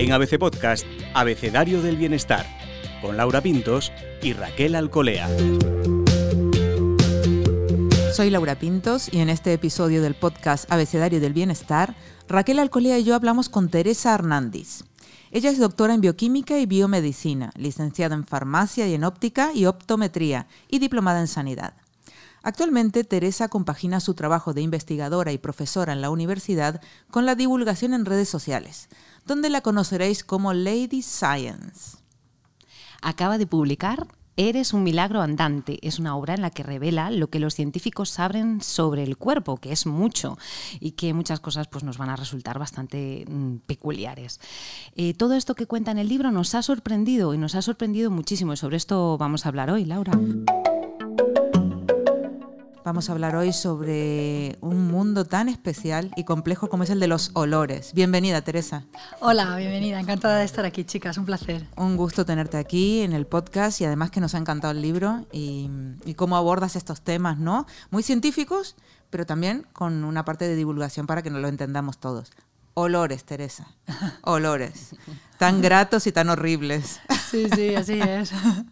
En ABC Podcast, Abecedario del Bienestar, con Laura Pintos y Raquel Alcolea. Soy Laura Pintos y en este episodio del podcast Abecedario del Bienestar, Raquel Alcolea y yo hablamos con Teresa Hernández. Ella es doctora en bioquímica y biomedicina, licenciada en farmacia y en óptica y optometría y diplomada en sanidad. Actualmente, Teresa compagina su trabajo de investigadora y profesora en la universidad con la divulgación en redes sociales, donde la conoceréis como Lady Science. Acaba de publicar Eres un milagro andante. Es una obra en la que revela lo que los científicos saben sobre el cuerpo, que es mucho, y que muchas cosas pues, nos van a resultar bastante peculiares. Todo esto que cuenta en el libro nos ha sorprendido y nos ha sorprendido muchísimo. Y sobre esto vamos a hablar hoy, Laura. Vamos a hablar hoy sobre un mundo tan especial y complejo como es el de los olores. Bienvenida, Teresa. Hola, bienvenida. Encantada de estar aquí, chicas. Un placer. Un gusto tenerte aquí en el podcast y además que nos ha encantado el libro y cómo abordas estos temas, ¿no? Muy científicos, pero también con una parte de divulgación para que nos lo entendamos todos. Olores, Teresa. Olores. Tan gratos y tan horribles. Sí, así es.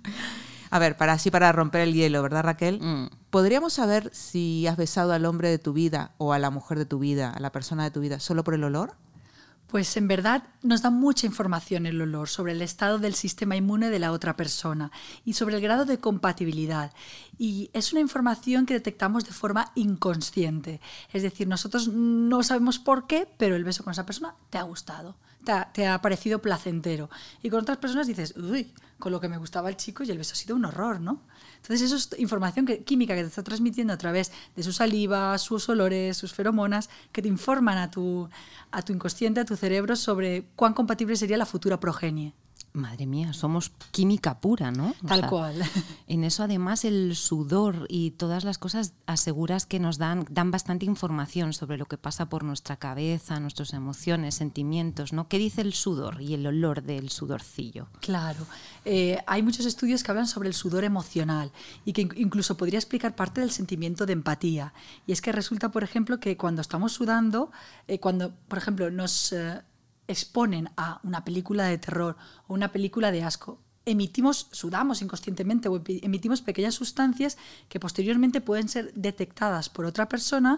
A ver, para romper el hielo, ¿verdad, Raquel? ¿Podríamos saber si has besado al hombre de tu vida o a la mujer de tu vida, a la persona de tu vida, solo por el olor? Pues en verdad nos da mucha información el olor sobre el estado del sistema inmune de la otra persona y sobre el grado de compatibilidad. Y es una información que detectamos de forma inconsciente. Es decir, nosotros no sabemos por qué, pero el beso con esa persona te ha gustado, te ha parecido placentero. Y con otras personas dices, uy, con lo que me gustaba el chico y el beso ha sido un horror, ¿no? Entonces eso es información química que te está transmitiendo a través de su saliva, sus olores, sus feromonas, que te informan a tu inconsciente, a tu cerebro, sobre cuán compatible sería la futura progenie. Madre mía, somos química pura, ¿no? Tal cual. En eso, además, el sudor y todas las cosas aseguras que nos dan bastante información sobre lo que pasa por nuestra cabeza, nuestras emociones, sentimientos, ¿no? ¿Qué dice el sudor y el olor del sudorcillo? Claro. Hay muchos estudios que hablan sobre el sudor emocional y que incluso podría explicar parte del sentimiento de empatía. Y es que resulta, por ejemplo, que cuando estamos sudando, cuando, por ejemplo, nos exponen a una película de terror o una película de asco, sudamos inconscientemente o emitimos pequeñas sustancias que posteriormente pueden ser detectadas por otra persona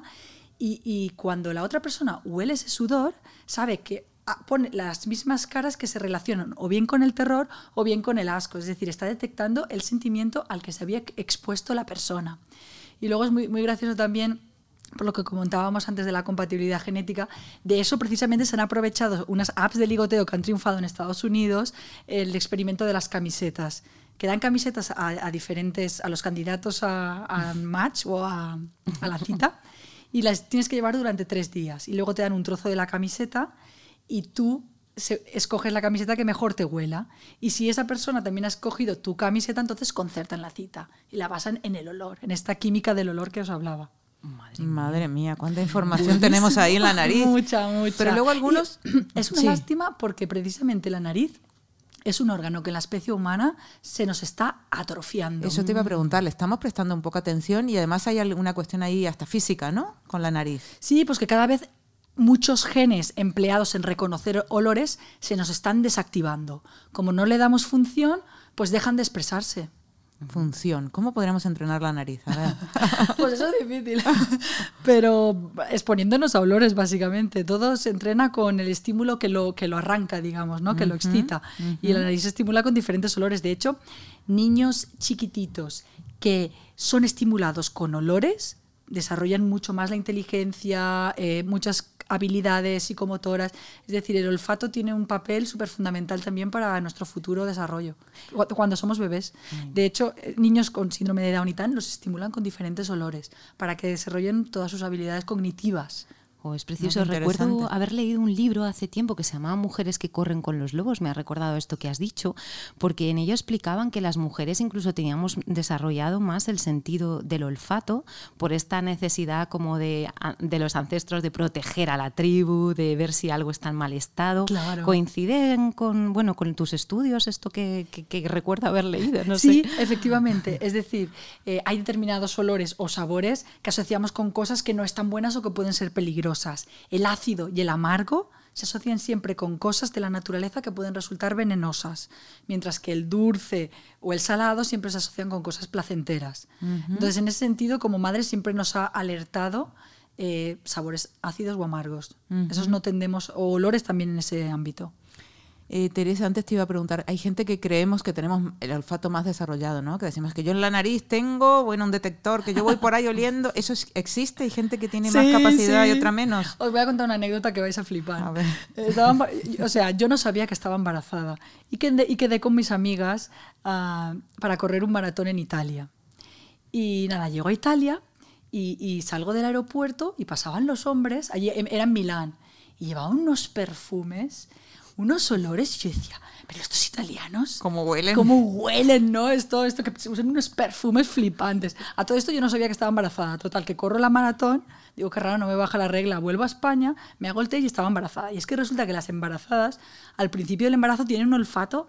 y cuando la otra persona huele ese sudor, sabe que pone las mismas caras que se relacionan o bien con el terror o bien con el asco, es decir, está detectando el sentimiento al que se había expuesto la persona. Y luego es muy, muy gracioso también, por lo que comentábamos antes de la compatibilidad genética, de eso precisamente se han aprovechado unas apps de ligoteo que han triunfado en Estados Unidos, el experimento de las camisetas, que dan camisetas a los candidatos a match o a la cita y las tienes que llevar durante 3 días y luego te dan un trozo de la camiseta y tú escoges la camiseta que mejor te huela y si esa persona también ha escogido tu camiseta, entonces concertan la cita y la basan en el olor, en esta química del olor que os hablaba. Madre mía, cuánta información tenemos ahí en la nariz. Mucha. Pero luego algunos... Es una lástima porque precisamente la nariz es un órgano que en la especie humana se nos está atrofiando. Eso te iba a preguntar, le estamos prestando un poco atención y además hay alguna cuestión ahí hasta física, ¿no? Con la nariz. Sí, pues que cada vez muchos genes empleados en reconocer olores se nos están desactivando. Como no le damos función, pues dejan de expresarse. Función. ¿Cómo podríamos entrenar la nariz? A ver. Pues eso es difícil. Pero exponiéndonos a olores, básicamente. Todo se entrena con el estímulo que lo arranca, digamos, ¿no? Que lo excita. Y la nariz se estimula con diferentes olores. De hecho, niños chiquititos que son estimulados con olores desarrollan mucho más la inteligencia, muchas habilidades psicomotoras. Es decir, el olfato tiene un papel súper fundamental también para nuestro futuro desarrollo, cuando somos bebés. De hecho, niños con síndrome de Down y tal los estimulan con diferentes olores para que desarrollen todas sus habilidades cognitivas. Es precioso. Recuerdo haber leído un libro hace tiempo que se llamaba Mujeres que corren con los lobos. Me ha recordado esto que has dicho, porque en ello explicaban que las mujeres incluso teníamos desarrollado más el sentido del olfato por esta necesidad como de los ancestros de proteger a la tribu, de ver si algo está en mal estado. Claro. ¿Coinciden con tus estudios esto que recuerdo haber leído? No sí, sé. Efectivamente. Es decir, hay determinados olores o sabores que asociamos con cosas que no están buenas o que pueden ser peligrosas. peligrosas. El ácido y el amargo se asocian siempre con cosas de la naturaleza que pueden resultar venenosas, mientras que el dulce o el salado siempre se asocian con cosas placenteras. Entonces, en ese sentido, como madre siempre nos ha alertado sabores ácidos o amargos. Esos no tendemos, o olores también en ese ámbito. Teresa, antes te iba a preguntar, hay gente que creemos que tenemos el olfato más desarrollado, ¿no? Que decimos que yo en la nariz tengo, un detector, que yo voy por ahí oliendo. ¿Eso existe? ¿Hay gente que tiene más capacidad y otra menos? Os voy a contar una anécdota que vais a flipar. A ver. Yo no sabía que estaba embarazada y quedé con mis amigas para correr un maratón en Italia. Y nada, llego a Italia y salgo del aeropuerto y pasaban los hombres, allí era en Milán, y llevaban unos perfumes, unos olores, y yo decía, pero estos italianos... ¿Cómo huelen? ¿Cómo huelen, no? Esto que se usan unos perfumes flipantes. A todo esto yo no sabía que estaba embarazada. Total, que corro la maratón, digo, qué raro, no me baja la regla, vuelvo a España, me hago el test y estaba embarazada. Y es que resulta que las embarazadas, al principio del embarazo, tienen un olfato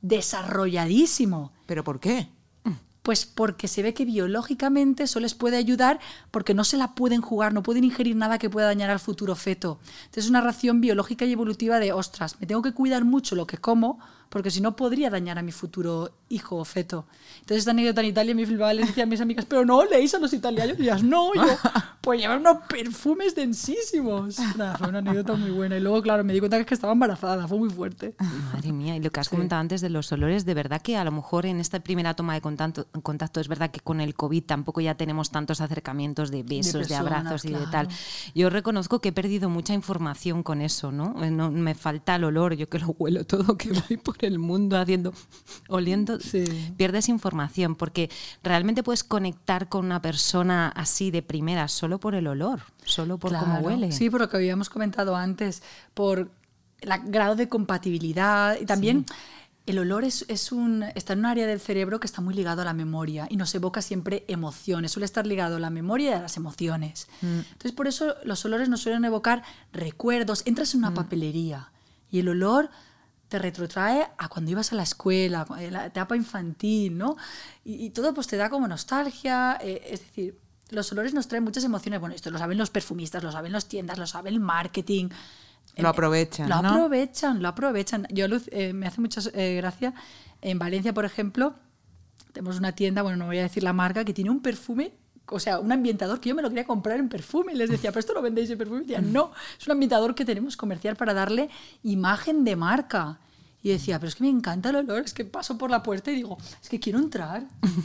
desarrolladísimo. ¿Pero por qué? Pues porque se ve que biológicamente eso les puede ayudar porque no se la pueden jugar, no pueden ingerir nada que pueda dañar al futuro feto. Entonces es una reacción biológica y evolutiva de, ostras, me tengo que cuidar mucho lo que como porque si no podría dañar a mi futuro hijo o feto. Entonces esta anécdota en Italia me flipaba, le decía a mis amigas, pero no leéis a los italianos. Y ellas, no, yo, pues llevan unos perfumes densísimos. Nada, fue una anécdota muy buena. Y luego, claro, me di cuenta que estaba embarazada, fue muy fuerte. Madre mía, y lo que has comentado antes de los olores, de verdad que a lo mejor en esta primera toma de contacto es verdad que con el COVID tampoco ya tenemos tantos acercamientos de besos, de abrazos y de tal. Yo reconozco que he perdido mucha información con eso, ¿no? Me falta el olor, yo que lo huelo todo, que voy por el mundo oliendo, pierdes información, porque realmente puedes conectar con una persona así de primera solo por el olor, solo por cómo huele. Sí, por lo que habíamos comentado antes, por el grado de compatibilidad y también... Sí. El olor está en un área del cerebro que está muy ligado a la memoria y nos evoca siempre emociones. Suele estar ligado a la memoria y a las emociones. Entonces, por eso los olores nos suelen evocar recuerdos. Entras en una papelería y el olor te retrotrae a cuando ibas a la escuela, la etapa infantil, ¿no? Y todo pues te da como nostalgia. Es decir, los olores nos traen muchas emociones. Bueno, esto lo saben los perfumistas, lo saben las tiendas, lo sabe el marketing. Lo aprovechan, ¿no? Lo aprovechan. Yo me hace mucha gracia. En Valencia, por ejemplo, tenemos una tienda, bueno, no voy a decir la marca, que tiene un perfume, o sea, un ambientador que yo me lo quería comprar en perfume. Y les decía, ¿pero esto lo vendéis en perfume? Y decían, no, es un ambientador que tenemos comercial para darle imagen de marca. Y decía, pero es que me encanta el olor, es que paso por la puerta y digo, es que quiero entrar.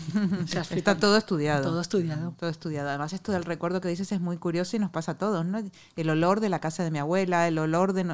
O sea, está todo estudiado. Todo estudiado. Todo estudiado. Además, esto del recuerdo que dices es muy curioso y nos pasa a todos, ¿no? El olor de la casa de mi abuela, el olor de...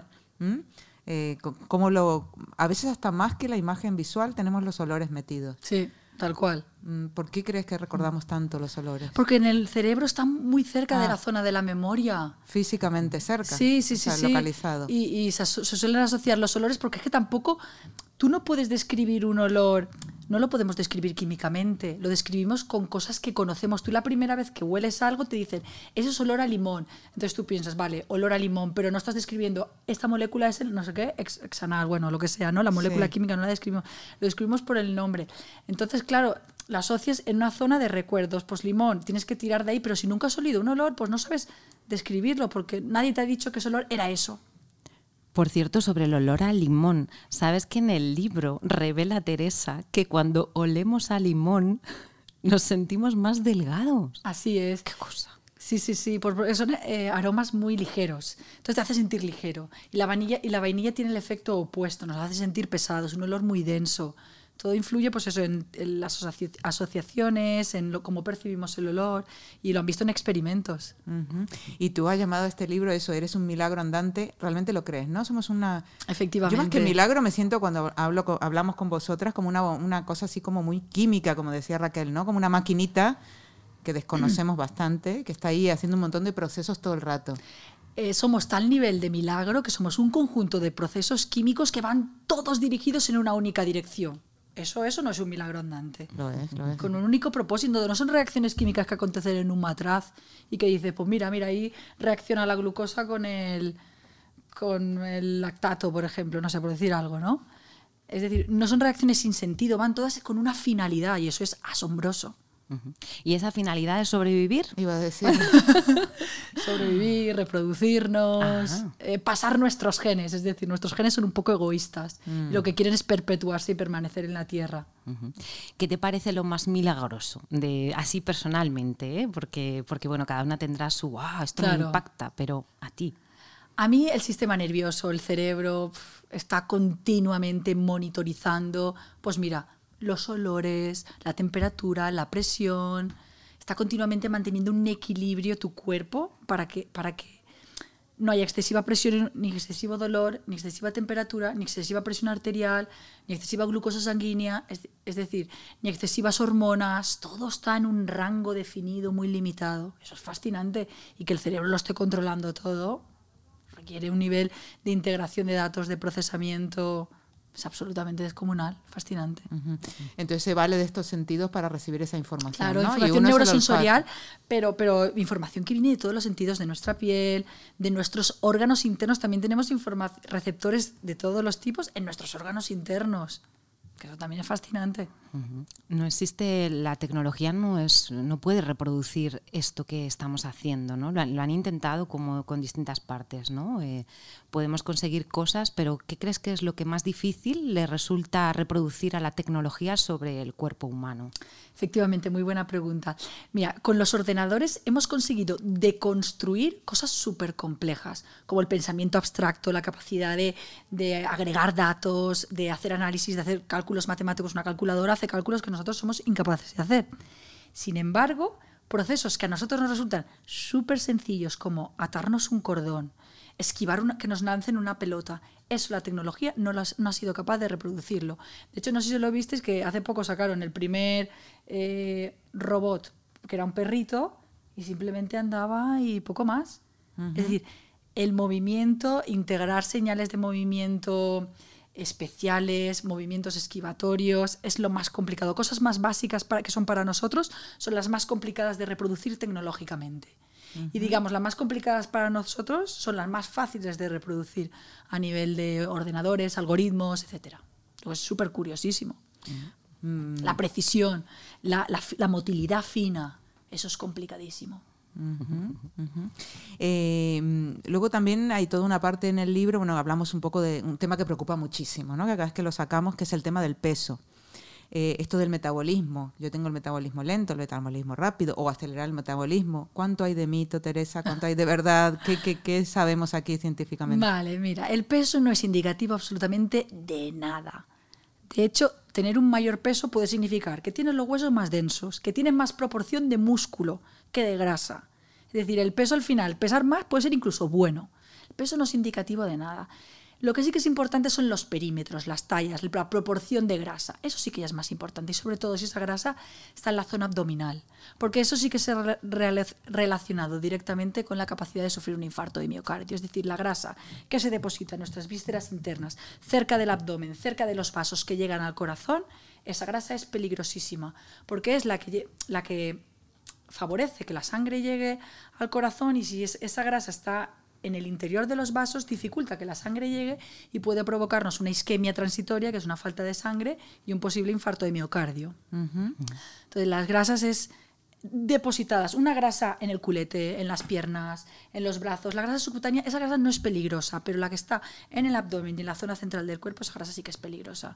a veces hasta más que la imagen visual tenemos los olores metidos. Sí, tal cual. ¿Por qué crees que recordamos tanto los olores? Porque en el cerebro está muy cerca de la zona de la memoria. Físicamente cerca. Sí, localizado. Y se suelen asociar los olores porque es que tampoco... Tú no puedes describir un olor... No lo podemos describir químicamente, lo describimos con cosas que conocemos. Tú la primera vez que hueles algo te dicen, eso es olor a limón. Entonces tú piensas, vale, olor a limón, pero no estás describiendo, esta molécula es el no sé qué, hexanal, bueno, lo que sea, ¿no? La molécula química no la describimos, lo describimos por el nombre. Entonces, claro, la asocias en una zona de recuerdos, pues limón, tienes que tirar de ahí, pero si nunca has olido un olor, pues no sabes describirlo, porque nadie te ha dicho que ese olor era eso. Por cierto, sobre el olor a limón, ¿sabes que en el libro revela Teresa que cuando olemos a limón nos sentimos más delgados? Así es. ¿Qué cosa? Sí, porque son aromas muy ligeros. Entonces te hace sentir ligero. Y la vainilla tiene el efecto opuesto, nos hace sentir pesados, un olor muy denso. Todo influye pues eso, en las asociaciones, en cómo percibimos el olor, y lo han visto en experimentos. Y tú has llamado a este libro eso, eres un milagro andante. ¿Realmente lo crees, no? Somos una... Efectivamente. Yo más que milagro me siento cuando hablamos con vosotras como una cosa así como muy química, como decía Raquel, ¿no? Como una maquinita que desconocemos bastante, que está ahí haciendo un montón de procesos todo el rato. Somos tal nivel de milagro que somos un conjunto de procesos químicos que van todos dirigidos en una única dirección. Eso no es un milagro andante. Lo es. Con un único propósito. No son reacciones químicas que acontecen en un matraz y que dices, pues mira, ahí reacciona la glucosa con el lactato, por ejemplo, no sé, por decir algo, ¿no? Es decir, no son reacciones sin sentido, van todas con una finalidad y eso es asombroso. ¿Y esa finalidad es sobrevivir? Iba a decir. sobrevivir, reproducirnos, pasar nuestros genes. Es decir, nuestros genes son un poco egoístas. Lo que quieren es perpetuarse y permanecer en la Tierra. ¿Qué te parece lo más milagroso, así personalmente? Porque bueno, cada una tendrá su, esto me impacta, pero a ti. A mí el sistema nervioso, el cerebro, está continuamente monitorizando, pues mira, los olores, la temperatura, la presión. Está continuamente manteniendo un equilibrio tu cuerpo para que no haya excesiva presión, ni excesivo dolor, ni excesiva temperatura, ni excesiva presión arterial, ni excesiva glucosa sanguínea, es decir, ni excesivas hormonas. Todo está en un rango definido, muy limitado. Eso es fascinante. Y que el cerebro lo esté controlando todo requiere un nivel de integración de datos, de procesamiento. Es absolutamente descomunal, fascinante. Entonces se vale de estos sentidos para recibir esa información. Claro, ¿no? información neurosensorial, pero información que viene de todos los sentidos, de nuestra piel, de nuestros órganos internos. También tenemos receptores de todos los tipos en nuestros órganos internos, que eso también es fascinante. No existe, la tecnología no puede reproducir esto que estamos haciendo, ¿no? Lo han intentado como con distintas partes, ¿no? Podemos conseguir cosas, pero ¿qué crees que es lo que más difícil le resulta reproducir a la tecnología sobre el cuerpo humano? Efectivamente, muy buena pregunta. Mira, con los ordenadores hemos conseguido deconstruir cosas súper complejas, como el pensamiento abstracto, la capacidad de agregar datos, de hacer análisis, de hacer cálculos matemáticos. Una calculadora hace cálculos que nosotros somos incapaces de hacer. Sin embargo, procesos que a nosotros nos resultan súper sencillos, como atarnos un cordón, esquivar que nos lancen una pelota, eso la tecnología no ha sido capaz de reproducirlo. De hecho, no sé si lo visteis, que hace poco sacaron el primer robot, que era un perrito, y simplemente andaba y poco más. Es decir, el movimiento, integrar señales de movimiento especiales, movimientos esquivatorios, es lo más complicado. Cosas más básicas que son para nosotros son las más complicadas de reproducir tecnológicamente. Y digamos, las más complicadas para nosotros son las más fáciles de reproducir a nivel de ordenadores, algoritmos, etc. Es súper curiosísimo. La precisión, la motilidad fina, eso es complicadísimo. Luego también hay toda una parte en el libro, bueno, hablamos un poco de un tema que preocupa muchísimo, ¿no? Que cada vez que lo sacamos, que es el tema del peso. Esto del metabolismo. Yo tengo el metabolismo lento, el metabolismo rápido, o acelerar el metabolismo. ¿Cuánto hay de mito, Teresa? ¿Cuánto hay de verdad? ¿Qué sabemos aquí científicamente? Vale, mira, el peso no es indicativo absolutamente de nada. De hecho, tener un mayor peso puede significar que tienes los huesos más densos, que tienes más proporción de músculo que de grasa. Es decir, el peso al final, pesar más puede ser incluso bueno. El peso no es indicativo de nada. Lo que sí que es importante son los perímetros, las tallas, la proporción de grasa. Eso sí que ya es más importante, y sobre todo si esa grasa está en la zona abdominal, porque eso sí que se ha relacionado directamente con la capacidad de sufrir un infarto de miocardio. Es decir, la grasa que se deposita en nuestras vísceras internas, cerca del abdomen, cerca de los vasos que llegan al corazón, esa grasa es peligrosísima, porque es la que favorece que la sangre llegue al corazón, y si esa grasa está en el interior de los vasos, dificulta que la sangre llegue y puede provocarnos una isquemia transitoria, que es una falta de sangre, y un posible infarto de miocardio. Entonces, las grasas es depositadas, una grasa en el culete, en las piernas, en los brazos. La grasa subcutánea, esa grasa no es peligrosa, pero la que está en el abdomen y en la zona central del cuerpo, esa grasa sí que es peligrosa.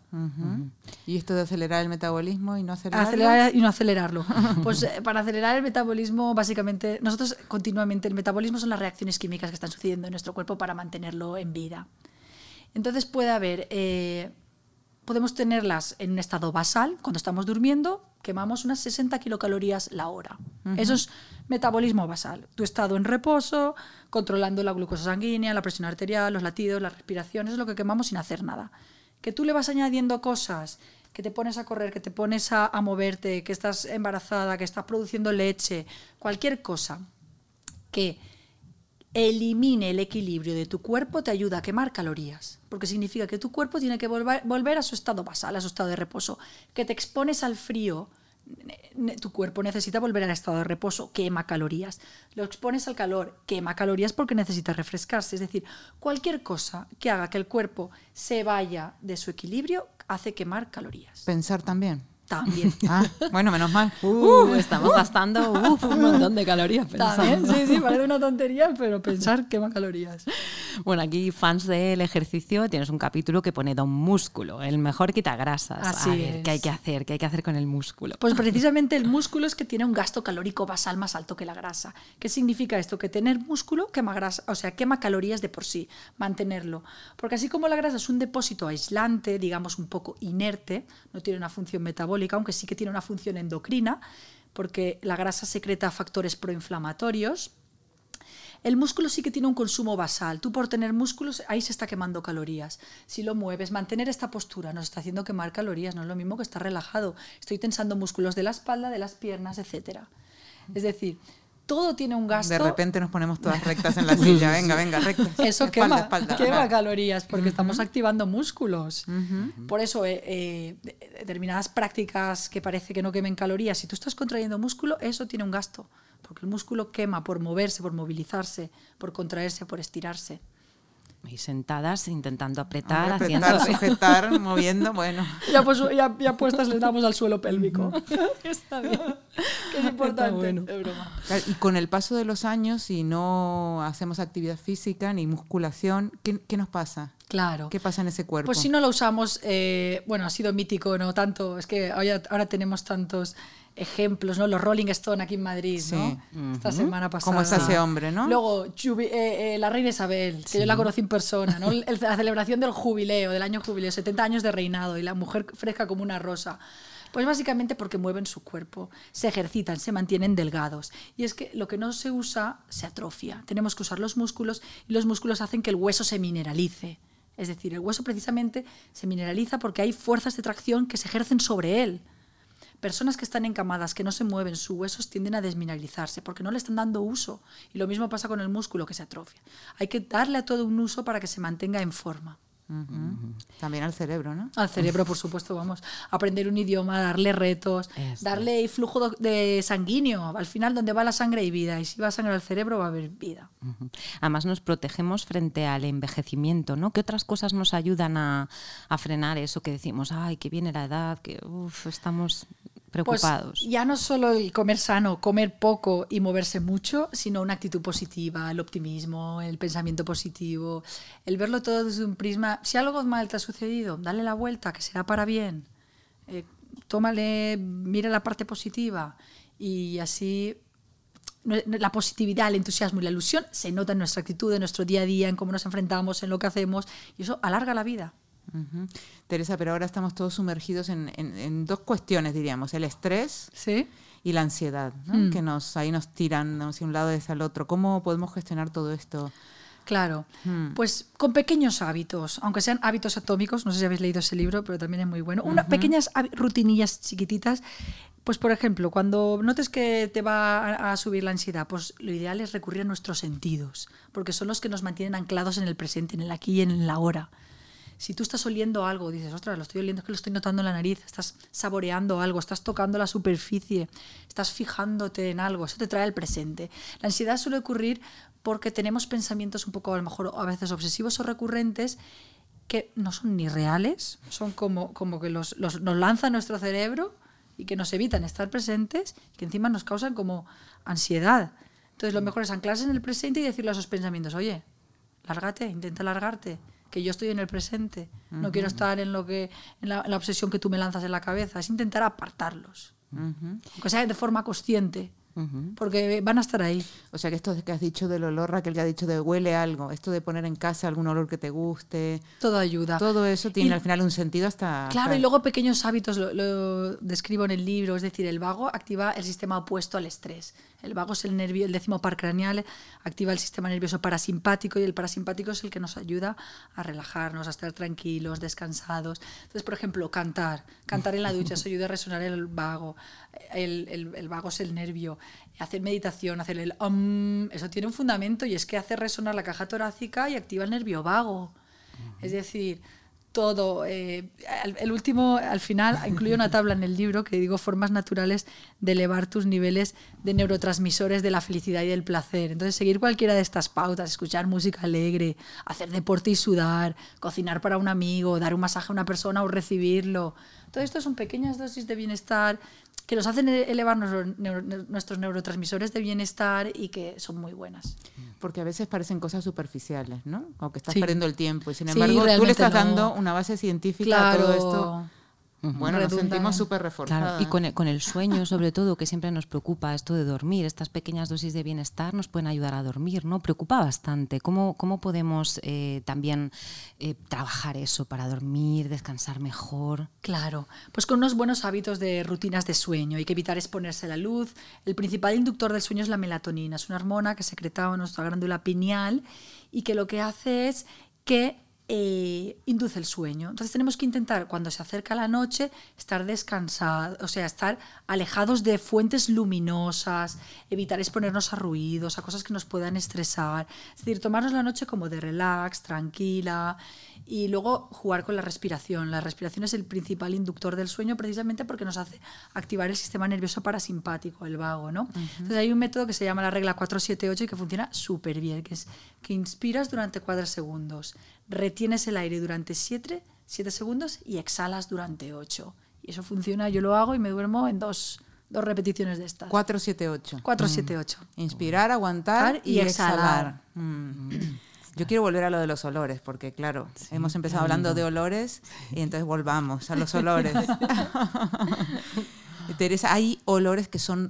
¿Y esto de acelerar el metabolismo y no acelerarlo? Acelerar y no acelerarlo. Pues para acelerar el metabolismo, básicamente, nosotros continuamente, el metabolismo son las reacciones químicas que están sucediendo en nuestro cuerpo para mantenerlo en vida. Entonces puede haber... podemos tenerlas en un estado basal. Cuando estamos durmiendo, quemamos unas 60 kilocalorías la hora. Eso es metabolismo basal. Tu estado en reposo, controlando la glucosa sanguínea, la presión arterial, los latidos, la respiración, eso es lo que quemamos sin hacer nada. Que tú le vas añadiendo cosas, que te pones a correr, que te pones a moverte, que estás embarazada, que estás produciendo leche, cualquier cosa que elimine el equilibrio de tu cuerpo te ayuda a quemar calorías, porque significa que tu cuerpo tiene que volver a su estado basal, a su estado de reposo. Que te expones al frío, tu cuerpo necesita volver al estado de reposo, quema calorías. Lo expones al calor, quema calorías porque necesita refrescarse. Es decir, cualquier cosa que haga que el cuerpo se vaya de su equilibrio hace quemar calorías. Pensar también. También. Bueno, menos mal. Estamos gastando un montón de calorías pensando. También, sí, parece una tontería, pero pensar quema calorías. Bueno, aquí fans del ejercicio, tienes un capítulo que pone Don Músculo, el mejor quitagrasas. Así a ver, es. ¿qué hay que hacer? ¿Qué hay que hacer con el músculo? Pues precisamente el músculo es que tiene un gasto calórico basal más alto que la grasa. ¿Qué significa esto? Que tener músculo quema grasa, o sea, quema calorías de por sí, mantenerlo. Porque así como la grasa es un depósito aislante, digamos un poco inerte, no tiene una función metabólica, aunque sí que tiene una función endocrina, porque la grasa secreta factores proinflamatorios. El músculo sí que tiene un consumo basal. Tú por tener músculos, ahí se está quemando calorías. Si lo mueves, mantener esta postura nos está haciendo quemar calorías, no es lo mismo que estar relajado. Estoy tensando músculos de la espalda, de las piernas, etc. Es decir, todo tiene un gasto. De repente nos ponemos todas rectas en la silla. Venga, rectas. Eso espalda, quema calorías porque estamos activando músculos. Por eso determinadas prácticas que parece que no quemen calorías, si tú estás contrayendo músculo, eso tiene un gasto. Porque el músculo quema por moverse, por movilizarse, por contraerse, por estirarse. Y sentadas intentando apretar, apretar, sujetar, moviendo, bueno. Ya puestas le damos al suelo pélvico. Está bien. Que es importante. Bueno. Es broma. Y con el paso de los años, si no hacemos actividad física ni musculación, ¿qué nos pasa? Claro. ¿Qué pasa en ese cuerpo? Pues si no lo usamos, ha sido mítico, no tanto, es que ahora tenemos tantos ejemplos, ¿no? Los Rolling Stone aquí en Madrid, sí. ¿no? Esta semana pasada. ¿Cómo está ese hombre, no? Luego, la reina Isabel, que yo la conocí en persona, ¿no? La celebración del jubileo, del año jubileo, 70 años de reinado, y la mujer fresca como una rosa. Pues básicamente porque mueven su cuerpo, se ejercitan, se mantienen delgados. Y es que lo que no se usa se atrofia. Tenemos que usar los músculos y los músculos hacen que el hueso se mineralice. Es decir, el hueso precisamente se mineraliza porque hay fuerzas de tracción que se ejercen sobre él. Personas que están encamadas, que no se mueven, sus huesos tienden a desmineralizarse porque no le están dando uso. Y lo mismo pasa con el músculo que se atrofia. Hay que darle a todo un uso para que se mantenga en forma. También al cerebro, ¿no? Al cerebro, por supuesto, vamos. Aprender un idioma, darle retos, darle flujo de sanguíneo. Al final, donde va la sangre hay vida. Y si va sangre al cerebro, va a haber vida. Además, nos protegemos frente al envejecimiento, ¿no? ¿Qué otras cosas nos ayudan a frenar eso que decimos, ay, que viene la edad, que estamos preocupados? Pues ya no solo el comer sano, comer poco y moverse mucho, sino una actitud positiva, el optimismo, el pensamiento positivo, el verlo todo desde un prisma. Si algo mal te ha sucedido, dale la vuelta, que será para bien. Mira la parte positiva y así la positividad, el entusiasmo y la ilusión se nota en nuestra actitud, en nuestro día a día, en cómo nos enfrentamos, en lo que hacemos, y eso alarga la vida. Teresa, pero ahora estamos todos sumergidos en dos cuestiones, diríamos, el estrés y la ansiedad, ¿no? Que ahí nos tiran hacia un lado y hacia el otro. ¿Cómo podemos gestionar todo esto? Claro, pues con pequeños hábitos, aunque sean hábitos atómicos, no sé si habéis leído ese libro, pero también es muy bueno. Pequeñas rutinillas chiquititas. Pues, por ejemplo, cuando notes que te va a subir la ansiedad, pues lo ideal es recurrir a nuestros sentidos, porque son los que nos mantienen anclados en el presente, en el aquí y en el ahora. Si tú estás oliendo algo, dices, ostras, lo estoy oliendo, es que lo estoy notando en la nariz, estás saboreando algo, estás tocando la superficie, estás fijándote en algo, eso te trae al presente. La ansiedad suele ocurrir porque tenemos pensamientos un poco, a lo mejor, a veces obsesivos o recurrentes que no son ni reales, son como que nos lanza nuestro cerebro y que nos evitan estar presentes y que encima nos causan como ansiedad. Entonces lo mejor es anclarse en el presente y decirle a esos pensamientos, oye, lárgate, intenta largarte, que yo estoy en el presente, no quiero estar en la obsesión que tú me lanzas en la cabeza, es intentar apartarlos, aunque sea de forma consciente, porque van a estar ahí. O sea que esto que has dicho del olor, Raquel, que has dicho de huele algo, esto de poner en casa algún olor que te guste, todo ayuda. Todo eso tiene al final un sentido Claro, y luego pequeños hábitos, lo describo en el libro, es decir, el vago activa el sistema opuesto al estrés. El vago es el nervio, el décimo par craneal, activa el sistema nervioso parasimpático y el parasimpático es el que nos ayuda a relajarnos, a estar tranquilos, descansados. Entonces, por ejemplo, cantar en la ducha, eso ayuda a resonar el vago. El vago es el nervio. Hacer meditación, hacer el eso tiene un fundamento y es que hace resonar la caja torácica y activa el nervio vago. Es decir, todo. El último, al final, incluye una tabla en el libro que digo formas naturales de elevar tus niveles de neurotransmisores de la felicidad y del placer. Entonces, seguir cualquiera de estas pautas, escuchar música alegre, hacer deporte y sudar, cocinar para un amigo, dar un masaje a una persona o recibirlo. Todo esto son pequeñas dosis de bienestar que nos hacen elevar nuestros neurotransmisores de bienestar y que son muy buenas. Porque a veces parecen cosas superficiales, ¿no? O que estás Sí. perdiendo el tiempo. Y sin embargo, tú le estás dando una base científica a todo esto. Bueno, nos sentimos súper reforzadas. Claro, y con el sueño, sobre todo, que siempre nos preocupa esto de dormir. Estas pequeñas dosis de bienestar nos pueden ayudar a dormir, ¿no? Preocupa bastante. ¿Cómo podemos también trabajar eso para dormir, descansar mejor? Claro, pues con unos buenos hábitos de rutinas de sueño. Hay que evitar exponerse a la luz. El principal inductor del sueño es la melatonina. Es una hormona que secreta en nuestra glándula pineal y que lo que hace es que induce el sueño. Entonces tenemos que intentar, cuando se acerca la noche, estar descansados, o sea, estar alejados de fuentes luminosas, evitar exponernos a ruidos, a cosas que nos puedan estresar. Es decir, tomarnos la noche como de relax, tranquila, y luego jugar con la respiración. La respiración es el principal inductor del sueño precisamente porque nos hace activar el sistema nervioso parasimpático, el vago, ¿no? Entonces hay un método que se llama la regla 4-7-8 y que funciona súper bien, que es que inspiras durante 4 segundos, retienes el aire durante 7 segundos y exhalas durante 8. Y eso funciona, yo lo hago y me duermo en dos repeticiones de estas. 4-7-8. 4-7-8. Inspirar, aguantar y exhalar. Yo quiero volver a lo de los olores, porque claro, hemos empezado hablando de olores y entonces volvamos a los olores. Teresa, ¿hay olores que son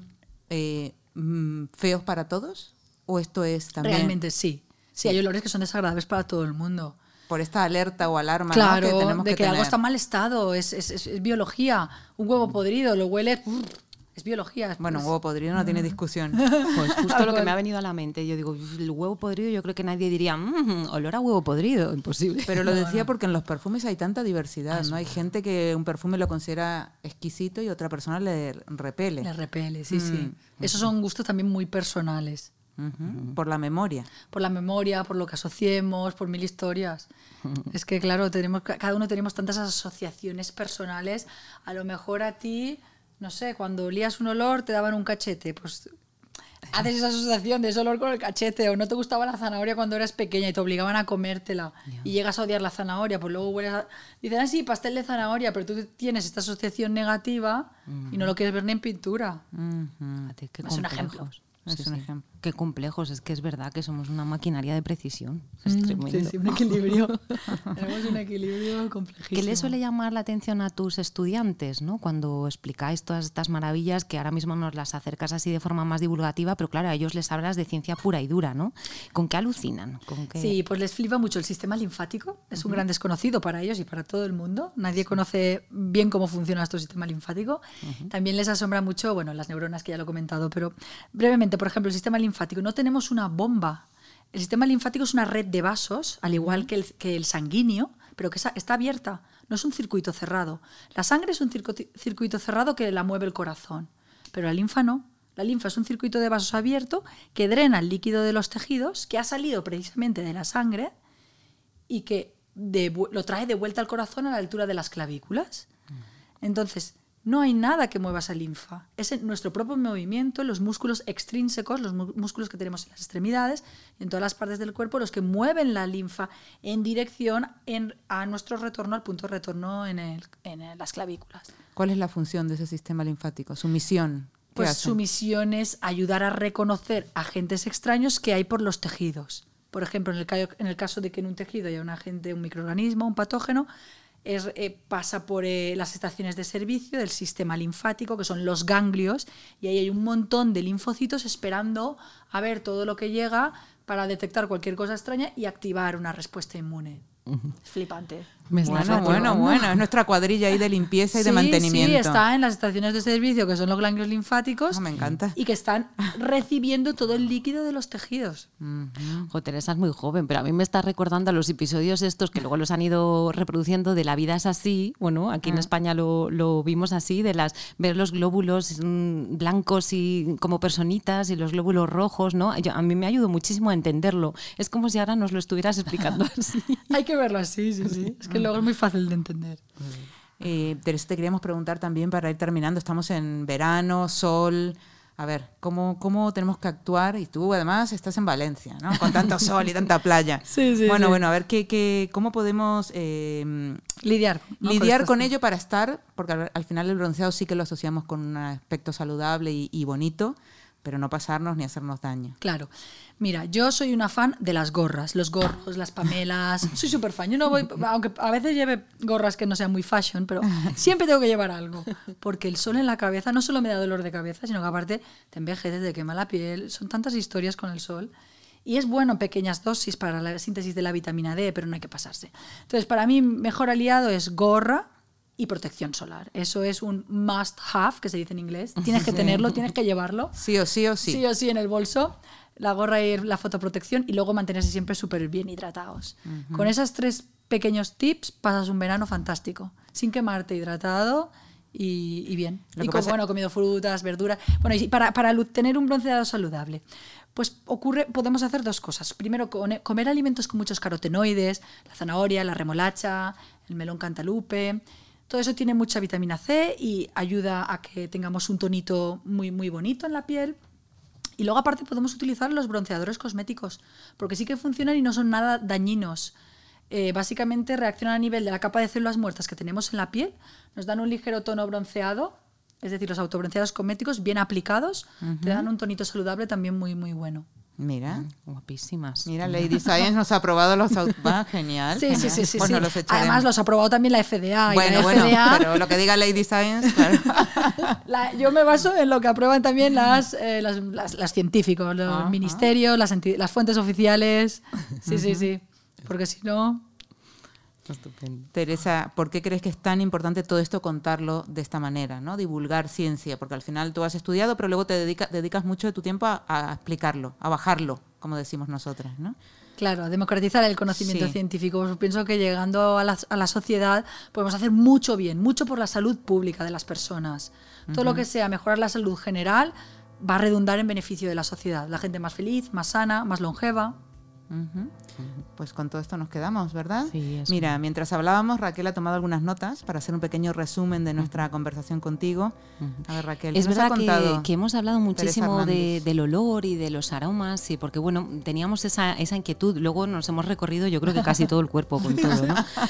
feos para todos? ¿O esto es también...? Realmente sí. Sí, hay olores que son desagradables para todo el mundo. Por esta alerta o alarma, claro, ¿no? que tenemos de que tener. algo está en mal estado, es biología. Un huevo podrido, lo hueles... Es biología. Bueno, un huevo podrido no tiene discusión. Pues justo lo que me ha venido a la mente. Yo digo, el huevo podrido, yo creo que nadie diría, olor a huevo podrido, imposible. Pero lo decía porque en los perfumes hay tanta diversidad, ¿no? Hay gente que un perfume lo considera exquisito y otra persona le repele. Le repele, sí, sí. Esos son gustos también muy personales. Por la memoria. Por la memoria, por lo que asociemos, por 1000 historias. Es que, claro, cada uno tenemos tantas asociaciones personales. A lo mejor a ti... No sé, cuando olías un olor te daban un cachete, pues haces esa asociación de ese olor con el cachete, o no te gustaba la zanahoria cuando eras pequeña y te obligaban a comértela y llegas a odiar la zanahoria, pues luego hueles a... Dicen, sí, pastel de zanahoria, pero tú tienes esta asociación negativa y no lo quieres ver ni en pintura. Es un ejemplo. Es un ejemplo. Qué complejos, es que es verdad que somos una maquinaria de precisión. Es tremendo. Sí, un equilibrio. Tenemos un equilibrio complejísimo. ¿Qué le suele llamar la atención a tus estudiantes, ¿no? Cuando explicáis todas estas maravillas que ahora mismo nos las acercas así de forma más divulgativa, pero claro, a ellos les hablas de ciencia pura y dura, ¿no? ¿Con qué alucinan? ¿Con qué... Sí, pues les flipa mucho el sistema linfático. Es un gran desconocido para ellos y para todo el mundo. Nadie conoce bien cómo funciona nuestro sistema linfático. También les asombra mucho, bueno, las neuronas, que ya lo he comentado, pero brevemente, por ejemplo, el sistema linfático. No tenemos una bomba. El sistema linfático es una red de vasos, al igual que el sanguíneo, pero que está abierta. No es un circuito cerrado. La sangre es un circuito cerrado que la mueve el corazón, pero la linfa no. La linfa es un circuito de vasos abierto que drena el líquido de los tejidos, que ha salido precisamente de la sangre y que lo trae de vuelta al corazón a la altura de las clavículas. Entonces, no hay nada que mueva esa linfa. Es nuestro propio movimiento, los músculos extrínsecos, los músculos que tenemos en las extremidades y en todas las partes del cuerpo, los que mueven la linfa en dirección a nuestro retorno, al punto de retorno en las clavículas. ¿Cuál es la función de ese sistema linfático? ¿Su misión? Pues su misión es ayudar a reconocer agentes extraños que hay por los tejidos. Por ejemplo, en el caso de que en un tejido haya un agente, un microorganismo, un patógeno, pasa por las estaciones de servicio del sistema linfático, que son los ganglios, y ahí hay un montón de linfocitos esperando a ver todo lo que llega para detectar cualquier cosa extraña y activar una respuesta inmune. Es flipante. Bueno, es nuestra cuadrilla ahí de limpieza y de mantenimiento. Sí, está en las estaciones de servicio, que son los ganglios linfáticos. Me encanta. Y que están recibiendo todo el líquido de los tejidos. Teresa es muy joven, pero a mí me está recordando a los episodios estos que luego los han ido reproduciendo de La vida es así. Bueno, aquí en España lo vimos así, ver los glóbulos blancos y como personitas y los glóbulos rojos ojos, ¿no? A mí me ayudó muchísimo a entenderlo. Es como si ahora nos lo estuvieras explicando así. Hay que verlo así, sí. Es que luego es muy fácil de entender. Teresa, te queríamos preguntar también para ir terminando. Estamos en verano, sol. A ver, ¿cómo tenemos que actuar? Y tú, además, estás en Valencia, ¿no? Con tanto sol y tanta playa. Sí. Bueno, a ver, ¿cómo podemos lidiar con ello para estar? Porque al final el bronceado sí que lo asociamos con un aspecto saludable y bonito, pero no pasarnos ni hacernos daño. Claro. Mira, yo soy una fan de las gorras, los gorros, las pamelas. Soy súper fan. Yo no voy, aunque a veces lleve gorras que no sean muy fashion, pero siempre tengo que llevar algo. Porque el sol en la cabeza no solo me da dolor de cabeza, sino que aparte te envejeces, te quema la piel. Son tantas historias con el sol. Y es bueno pequeñas dosis para la síntesis de la vitamina D, pero no hay que pasarse. Entonces, para mí, mejor aliado es gorra y protección solar. Eso es un must have, que se dice en inglés. Tienes que tenerlo, tienes que llevarlo. Sí o sí. Sí o sí en el bolso. La gorra y la fotoprotección, y luego mantenerse siempre súper bien hidratados. Con esos 3 pequeños tips pasas un verano fantástico, sin quemarte, hidratado y bien. Y comido frutas, verduras. Bueno, y para tener un bronceado saludable, pues podemos hacer 2 cosas. Primero, comer alimentos con muchos carotenoides, la zanahoria, la remolacha, el melón cantalupe. Todo eso tiene mucha vitamina C y ayuda a que tengamos un tonito muy, muy bonito en la piel. Y luego aparte podemos utilizar los bronceadores cosméticos, porque sí que funcionan y no son nada dañinos. Básicamente reaccionan a nivel de la capa de células muertas que tenemos en la piel, nos dan un ligero tono bronceado, es decir, los autobronceados cosméticos bien aplicados, te dan un tonito saludable también muy, muy bueno. Mira, guapísimas. Mira, Lady Science nos ha aprobado los genial. Sí. Bueno, los además los ha aprobado también la FDA. Bueno, pero lo que diga Lady Science, claro. Yo me baso en lo que aprueban también los científicos, los ministerios, las fuentes oficiales. Sí. Porque si no... Estupendo. Teresa, ¿por qué crees que es tan importante todo esto contarlo de esta manera, ¿no? Divulgar ciencia, porque al final tú has estudiado, pero luego te dedicas mucho de tu tiempo a explicarlo, a bajarlo, como decimos nosotras, ¿no? Claro, a democratizar el conocimiento científico. Pues pienso que llegando a la sociedad podemos hacer mucho bien, mucho por la salud pública de las personas. Todo lo que sea mejorar la salud general va a redundar en beneficio de la sociedad. La gente más feliz, más sana, más longeva. Pues con todo esto nos quedamos, ¿verdad? Sí, Mira, mientras hablábamos, Raquel ha tomado algunas notas para hacer un pequeño resumen de nuestra conversación contigo. A ver, Raquel, es verdad que hemos hablado muchísimo del olor y de los aromas, y porque bueno, teníamos esa inquietud, luego nos hemos recorrido yo creo que casi todo el cuerpo con todo, ¿no?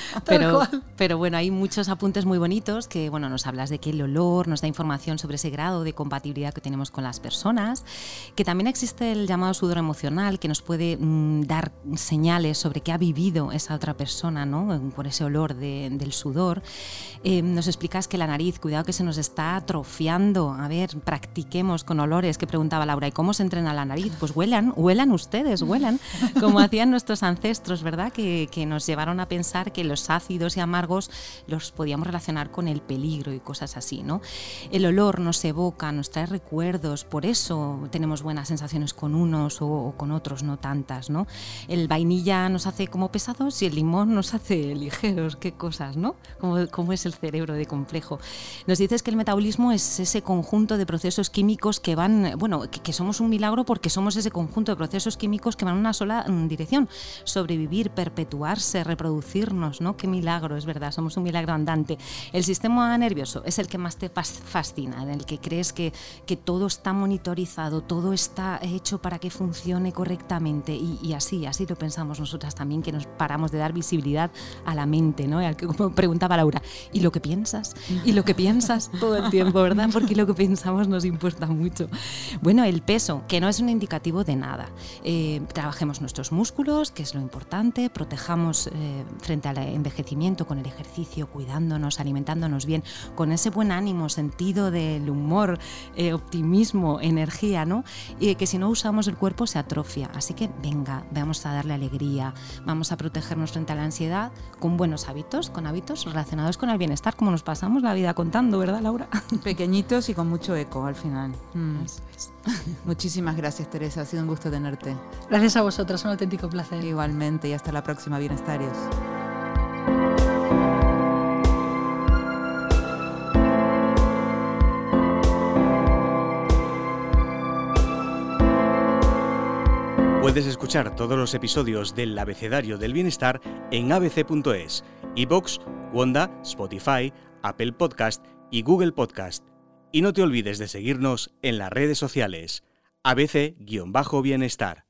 Pero bueno, hay muchos apuntes muy bonitos que bueno, nos hablas de que el olor nos da información sobre ese grado de compatibilidad que tenemos con las personas, que también existe el llamado sudor emocional, que nos puede dar señales sobre qué ha vivido esa otra persona, ¿no? Por ese olor del sudor. Nos explicas que la nariz, cuidado que se nos está atrofiando. A ver, practiquemos con olores, que preguntaba Laura. ¿Y cómo se entrena la nariz? Pues huelan ustedes, como hacían nuestros ancestros, ¿verdad? Que nos llevaron a pensar que los ácidos y amargos los podíamos relacionar con el peligro y cosas así, ¿no? El olor nos evoca, nos trae recuerdos, por eso tenemos buenas sensaciones con unos o con otros, no tantas, ¿no? El vainilla nos hace como pesados y el limón nos hace ligeros. Qué cosas, ¿no? Cómo es el cerebro de complejo. Nos dices que el metabolismo es ese conjunto de procesos químicos que van, bueno, que somos un milagro porque somos ese conjunto de procesos químicos que van en una sola dirección. Sobrevivir, perpetuarse, reproducirnos, ¿no? Qué milagro, es verdad, somos un milagro andante. El sistema nervioso es el que más te fascina, en el que crees que todo está monitorizado, todo está hecho para que funcione correctamente y así lo pensamos nosotras también, que nos paramos de dar visibilidad a la mente, ¿no? Como preguntaba Laura, ¿y lo que piensas? ¿Y lo que piensas? Todo el tiempo, ¿verdad? Porque lo que pensamos nos importa mucho. Bueno, el peso, que no es un indicativo de nada. Trabajemos nuestros músculos, que es lo importante, protejamos frente al envejecimiento con el ejercicio, cuidándonos, alimentándonos bien, con ese buen ánimo, sentido del humor, optimismo, energía, ¿no? Que si no usamos el cuerpo se atrofia. Así que venga, vamos a darle alegría, vamos a protegernos frente a la ansiedad con buenos hábitos, con hábitos relacionados con el bienestar, como nos pasamos la vida contando, ¿verdad, Laura? Pequeñitos y con mucho eco al final. Eso es. Muchísimas gracias, Teresa, ha sido un gusto tenerte. Gracias a vosotras, un auténtico placer. Igualmente, y hasta la próxima, bienestarios. Puedes escuchar todos los episodios del Abecedario del Bienestar en abc.es, iVoox, Wanda, Spotify, Apple Podcast y Google Podcast. Y no te olvides de seguirnos en las redes sociales, ABC-Bienestar.